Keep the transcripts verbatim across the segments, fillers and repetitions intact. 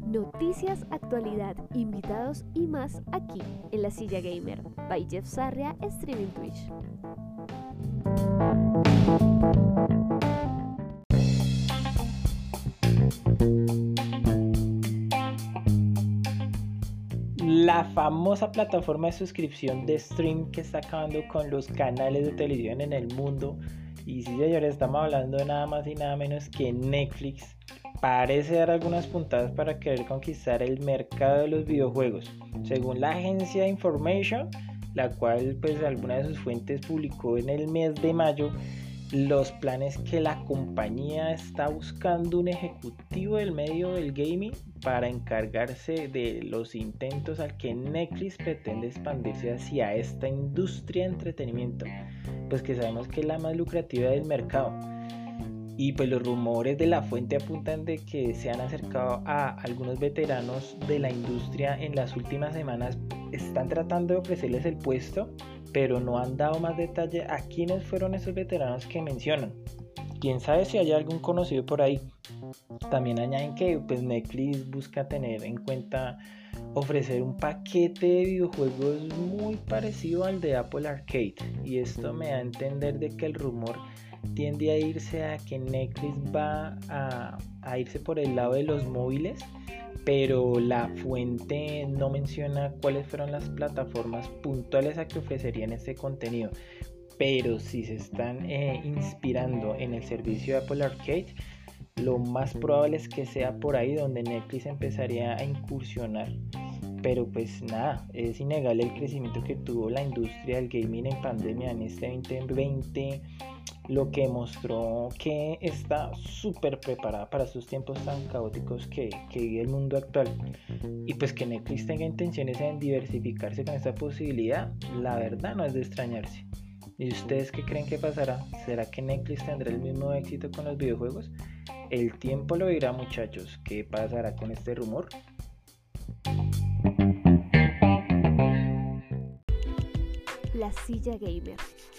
Noticias, actualidad, invitados y más aquí en La Silla Gamer by Jeff Sarria, streaming Twitch. La famosa plataforma de suscripción de stream que está acabando con los canales de televisión en el mundo. Y sí, señores, estamos hablando de nada más y nada menos que Netflix. Parece dar algunas puntadas para querer conquistar el mercado de los videojuegos. Según la agencia Information, la cual pues alguna de sus fuentes publicó en el mes de mayo, los planes que la compañía está buscando un ejecutivo del medio del gaming para encargarse de los intentos al que Netflix pretende expandirse hacia esta industria de entretenimiento, pues que sabemos que es la más lucrativa del mercado. Y pues los rumores de la fuente apuntan de que se han acercado a algunos veteranos de la industria en las últimas semanas. Están tratando de ofrecerles el puesto, pero no han dado más detalle a quiénes fueron esos veteranos que mencionan. Quién sabe si hay algún conocido por ahí. También añaden que pues, Netflix busca tener en cuenta ofrecer un paquete de videojuegos muy parecido al de Apple Arcade, y esto me da a entender de que el rumor tiende a irse a que Netflix va a, a irse por el lado de los móviles, pero la fuente no menciona cuáles fueron las plataformas puntuales a que ofrecerían este contenido. Pero si se están eh, inspirando en el servicio de Apple Arcade, lo más probable es que sea por ahí donde Netflix empezaría a incursionar. Pero pues nada, es innegable el crecimiento que tuvo la industria del gaming en pandemia en este veinte veinte, lo que mostró que está súper preparada para estos tiempos tan caóticos que, que vive el mundo actual. Y pues que Netflix tenga intenciones en diversificarse con esta posibilidad, la verdad no es de extrañarse. ¿Y ustedes qué creen que pasará? ¿Será que Netflix tendrá el mismo éxito con los videojuegos? El tiempo lo dirá, muchachos. ¿Qué pasará con este rumor? La Silla Gamer.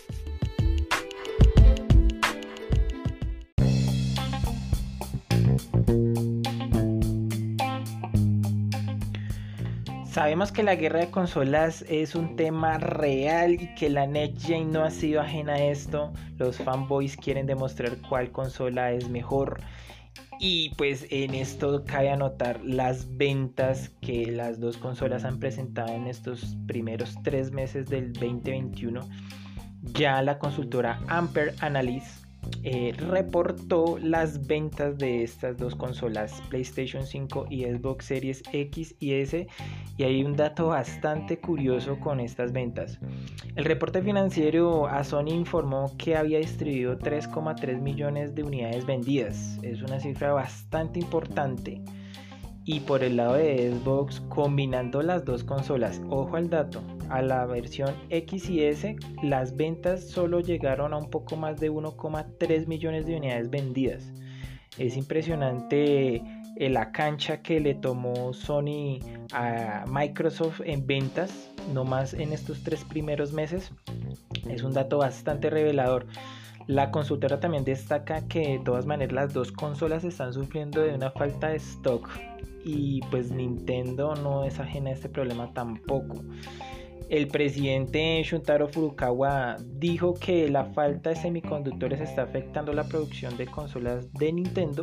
Sabemos que la guerra de consolas es un tema real y que la Next Gen no ha sido ajena a esto. Los fanboys quieren demostrar cuál consola es mejor. Y pues en esto cabe anotar las ventas que las dos consolas han presentado en estos primeros tres meses del veinte veintiuno. Ya la consultora Ampere Analysis eh, reportó las ventas de estas dos consolas, PlayStation cinco y Xbox Series X y S, y hay un dato bastante curioso con estas ventas. El reporte financiero a Sony informó que había distribuido tres coma tres millones de unidades vendidas. Es una cifra bastante importante. Y por el lado de Xbox, combinando las dos consolas, ojo al dato, a la versión X y S, las ventas solo llegaron a un poco más de uno coma tres millones de unidades vendidas. Es impresionante la cancha que le tomó Sony a Microsoft en ventas, no más en estos tres primeros meses. Es un dato bastante revelador. La consultora también destaca que de todas maneras las dos consolas están sufriendo de una falta de stock, y pues Nintendo no es ajena a este problema tampoco. El presidente Shuntaro Furukawa dijo que la falta de semiconductores está afectando la producción de consolas de Nintendo,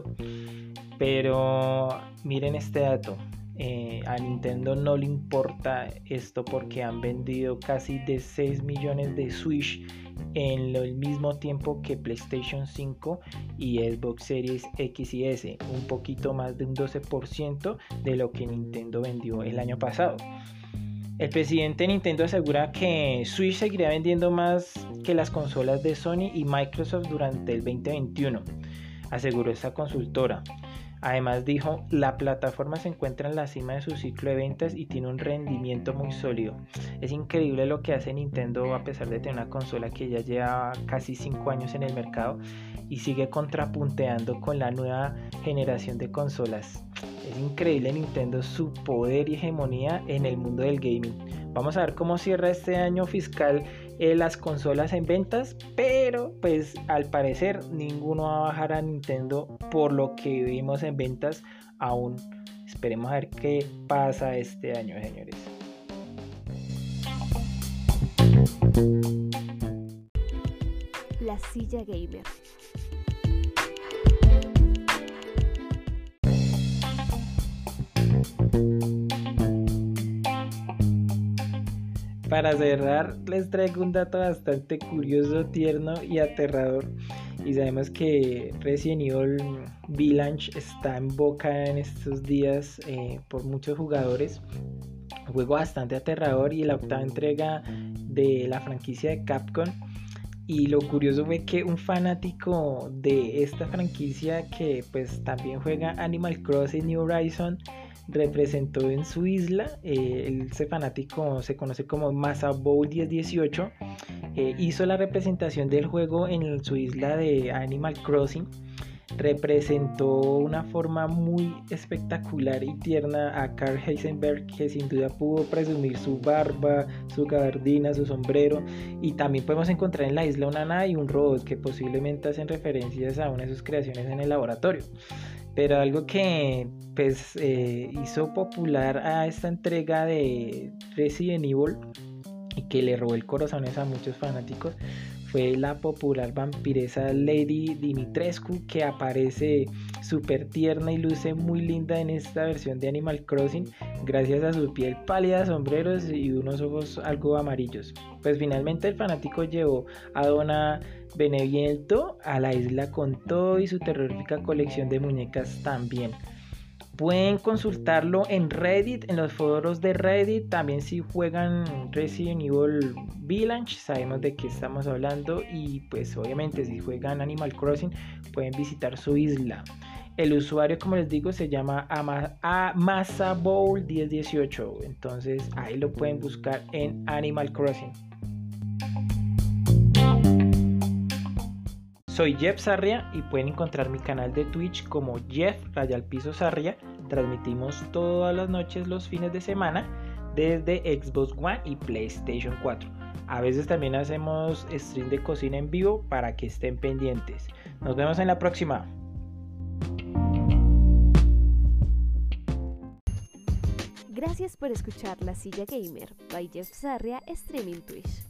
pero miren este dato. Eh, a Nintendo no le importa esto porque han vendido casi de seis millones de Switch en lo, el mismo tiempo que PlayStation cinco y Xbox Series X y S, un poquito más de un doce por ciento de lo que Nintendo vendió el año pasado. El presidente de Nintendo asegura que Switch seguirá vendiendo más que las consolas de Sony y Microsoft durante el veinte veintiuno, aseguró esta consultora. Además dijo, la plataforma se encuentra en la cima de su ciclo de ventas y tiene un rendimiento muy sólido. Es increíble lo que hace Nintendo a pesar de tener una consola que ya lleva casi cinco años en el mercado y sigue contrapunteando con la nueva generación de consolas. Es increíble Nintendo, su poder y hegemonía en el mundo del gaming. Vamos a ver cómo cierra este año fiscal eh, las consolas en ventas, pero pues al parecer ninguno va a bajar a Nintendo por lo que vimos en ventas aún. Esperemos a ver qué pasa este año, señores. La silla gamer. Para cerrar, les traigo un dato bastante curioso, tierno y aterrador. Y sabemos que Resident Evil Village está en boca en estos días eh, por muchos jugadores. Un juego bastante aterrador y la octava entrega de la franquicia de Capcom. Y lo curioso fue que un fanático de esta franquicia, que pues también juega Animal Crossing New Horizon, representó en su isla. Eh, ese fanático se conoce como Masabowl diez dieciocho. Eh, hizo la representación del juego en su isla de Animal Crossing. Representó una forma muy espectacular y tierna a Carl Heisenberg, que sin duda pudo presumir su barba, su gabardina, su sombrero. Y también podemos encontrar en la isla una nave y un robot que posiblemente hacen referencias a una de sus creaciones en el laboratorio. Pero algo que pues eh, hizo popular a esta entrega de Resident Evil y que le robó el corazón a muchos fanáticos fue la popular vampiresa Lady Dimitrescu, que aparece súper tierna y luce muy linda en esta versión de Animal Crossing gracias a su piel pálida, sombreros y unos ojos algo amarillos. Pues finalmente el fanático llevó a Donna Beneviento a la isla con todo y su terrorífica colección de muñecas también. Pueden consultarlo en Reddit, en los foros de Reddit. También si juegan Resident Evil Village, sabemos de qué estamos hablando. Y pues obviamente si juegan Animal Crossing, pueden visitar su isla. El usuario, como les digo, se llama Masabowl diez dieciocho. Entonces ahí lo pueden buscar en Animal Crossing. Soy Jeff Sarria y pueden encontrar mi canal de Twitch como Jeff Rayal Piso Sarria. Transmitimos todas las noches los fines de semana desde Xbox One y PlayStation cuatro. A veces también hacemos stream de cocina en vivo para que estén pendientes. Nos vemos en la próxima. Gracias por escuchar La Silla Gamer by Jeff Sarria Streaming Twitch.